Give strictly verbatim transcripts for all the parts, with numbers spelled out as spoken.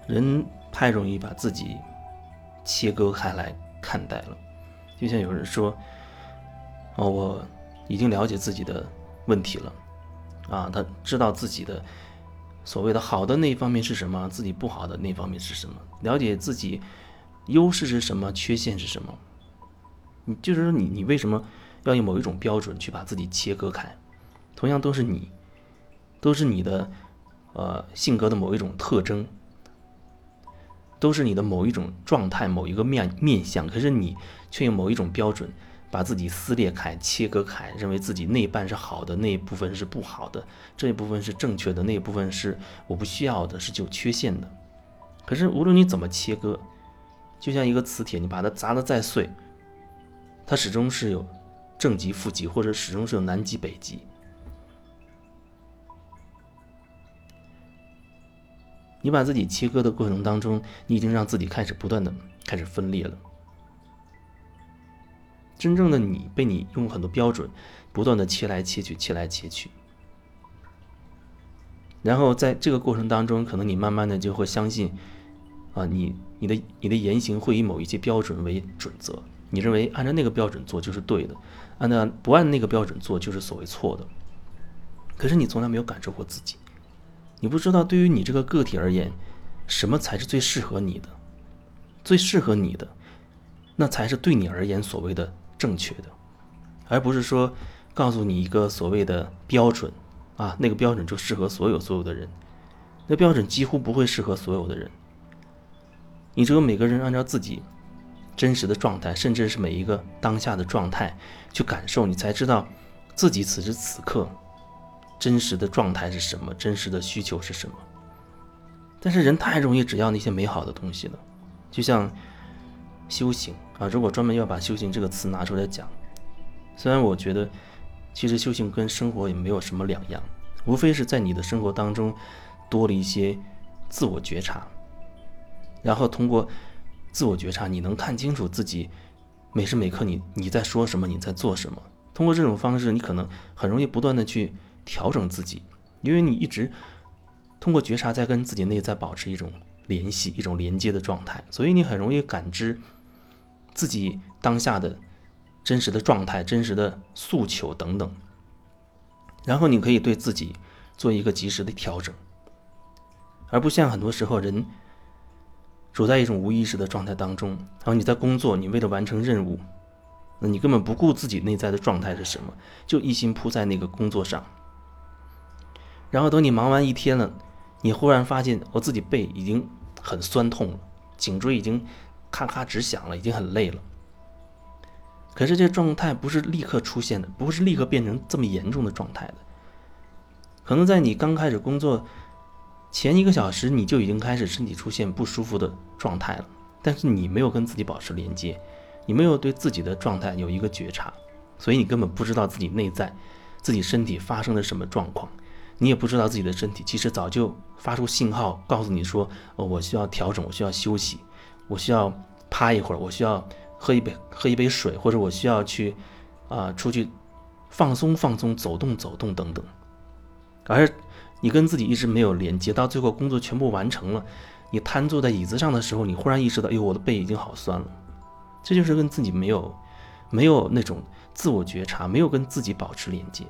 人太容易把自己切割开来看待了。就像有人说，哦，我已经了解自己的问题了啊，他知道自己的所谓的好的那一方面是什么，自己不好的那一方面是什么，了解自己优势是什么，缺陷是什么。你就是说你你为什么要用某一种标准去把自己切割开？同样都是你，都是你的呃性格的某一种特征，都是你的某一种状态，某一个面面相，可是你却用某一种标准把自己撕裂开、切割开，认为自己那一半是好的，那一部分是不好的，这一部分是正确的，那一部分是我不需要的，是有缺陷的。可是无论你怎么切割，就像一个磁铁，你把它砸得再碎，它始终是有正极、负极，或者始终是有南极、北极。你把自己切割的过程当中，你已经让自己开始不断的开始分裂了。真正的你被你用很多标准不断的切来切去，切来切去。然后在这个过程当中，可能你慢慢的就会相信，啊，你你的你的言行会以某一些标准为准则，你认为按照那个标准做就是对的，按照不按那个标准做就是所谓错的。可是你从来没有感受过自己，你不知道对于你这个个体而言，什么才是最适合你的，最适合你的，那才是对你而言所谓的正确的，而不是说告诉你一个所谓的标准啊，那个标准就适合所有所有的人，那标准几乎不会适合所有的人。你只有每个人按照自己真实的状态，甚至是每一个当下的状态去感受，你才知道自己此时此刻真实的状态是什么，真实的需求是什么。但是人太容易只要那些美好的东西了，就像修行啊，如果专门要把修行这个词拿出来讲，虽然我觉得其实修行跟生活也没有什么两样，无非是在你的生活当中多了一些自我觉察，然后通过自我觉察，你能看清楚自己每时每刻你你在说什么，你在做什么。通过这种方式，你可能很容易不断的去调整自己，因为你一直通过觉察在跟自己内在保持一种联系，一种连接的状态，所以你很容易感知自己当下的真实的状态、真实的诉求等等，然后你可以对自己做一个及时的调整，而不像很多时候人处在一种无意识的状态当中，然后你在工作，你为了完成任务，那你根本不顾自己内在的状态是什么，就一心扑在那个工作上，然后等你忙完一天了，你忽然发现我自己背已经很酸痛了，颈椎已经咔咔直响了，已经很累了。可是这状态不是立刻出现的，不是立刻变成这么严重的状态的，可能在你刚开始工作前一个小时，你就已经开始身体出现不舒服的状态了，但是你没有跟自己保持连接，你没有对自己的状态有一个觉察，所以你根本不知道自己内在自己身体发生了什么状况，你也不知道自己的身体其实早就发出信号告诉你说，哦，我需要调整，我需要休息，我需要趴一会儿，我需要喝一杯喝一杯水，或者我需要去啊、呃、出去放松放松，走动走动等等。而你跟自己一直没有连接，到最后工作全部完成了，你瘫坐在椅子上的时候，你忽然意识到，哎呦，我的背已经好酸了。这就是跟自己没有没有那种自我觉察，没有跟自己保持连接。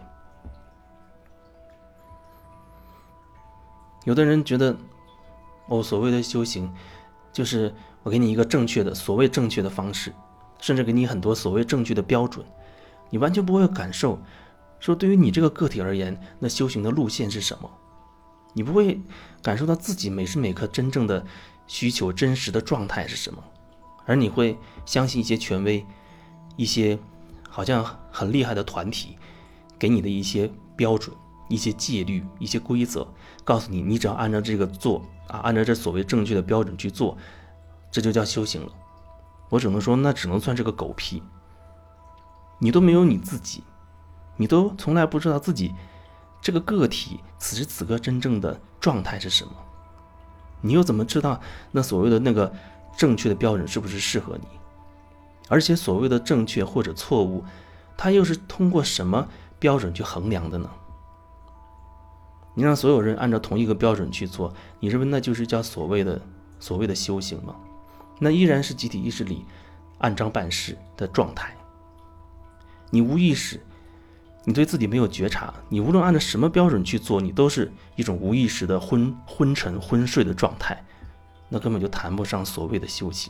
有的人觉得，哦，所谓的修行就是我给你一个正确的所谓正确的方式，甚至给你很多所谓正确的标准，你完全不会感受说对于你这个个体而言，那修行的路线是什么，你不会感受到自己每时每刻真正的需求真实的状态是什么，而你会相信一些权威，一些好像很厉害的团体给你的一些标准，一些戒律，一些规则，告诉你你只要按照这个做啊，按照这所谓正确的标准去做，这就叫修行了。我只能说那只能算是个狗屁，你都没有你自己，你都从来不知道自己这个个体此时此刻真正的状态是什么，你又怎么知道那所谓的那个正确的标准是不是适合你？而且所谓的正确或者错误，它又是通过什么标准去衡量的呢？你让所有人按照同一个标准去做，你认为那就是叫所谓的所谓的修行吗？那依然是集体意识里按章办事的状态。你无意识，你对自己没有觉察，你无论按照什么标准去做，你都是一种无意识的昏昏沉昏睡的状态，那根本就谈不上所谓的修行。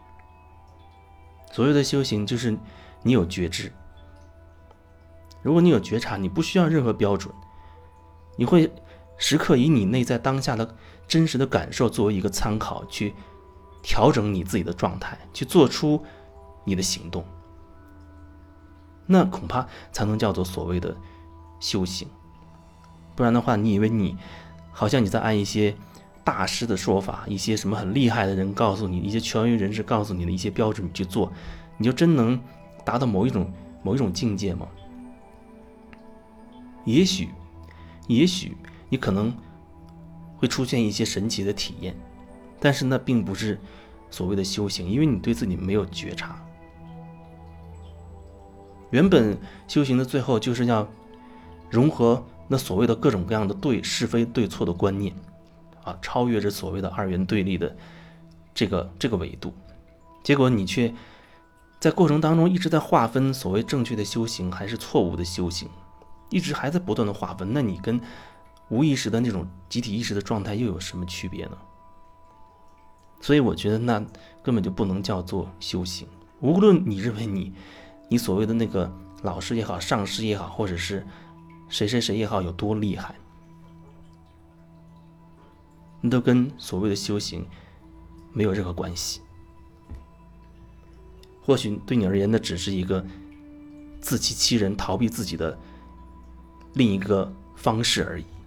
所谓的修行就是你有觉知，如果你有觉察，你不需要任何标准，你会时刻以你内在当下的真实的感受作为一个参考，去调整你自己的状态，去做出你的行动，那恐怕才能叫做所谓的修行。不然的话，你以为你好像你在按一些大师的说法，一些什么很厉害的人告诉你，一些权威人士告诉你的一些标准你去做，你就真能达到某一种某一种境界吗？也许也许你可能会出现一些神奇的体验，但是那并不是所谓的修行，因为你对自己没有觉察。原本修行的最后就是要融合那所谓的各种各样的对是非对错的观念啊，超越着所谓的二元对立的这个这个维度，结果你却在过程当中一直在划分所谓正确的修行还是错误的修行，一直还在不断的划分，那你跟无意识的那种集体意识的状态又有什么区别呢？所以我觉得那根本就不能叫做修行。无论你认为你你所谓的那个老师也好，上师也好，或者是谁谁谁也好有多厉害，那都跟所谓的修行没有任何关系。或许对你而言，那只是一个自欺欺人、逃避自己的另一个方式而已。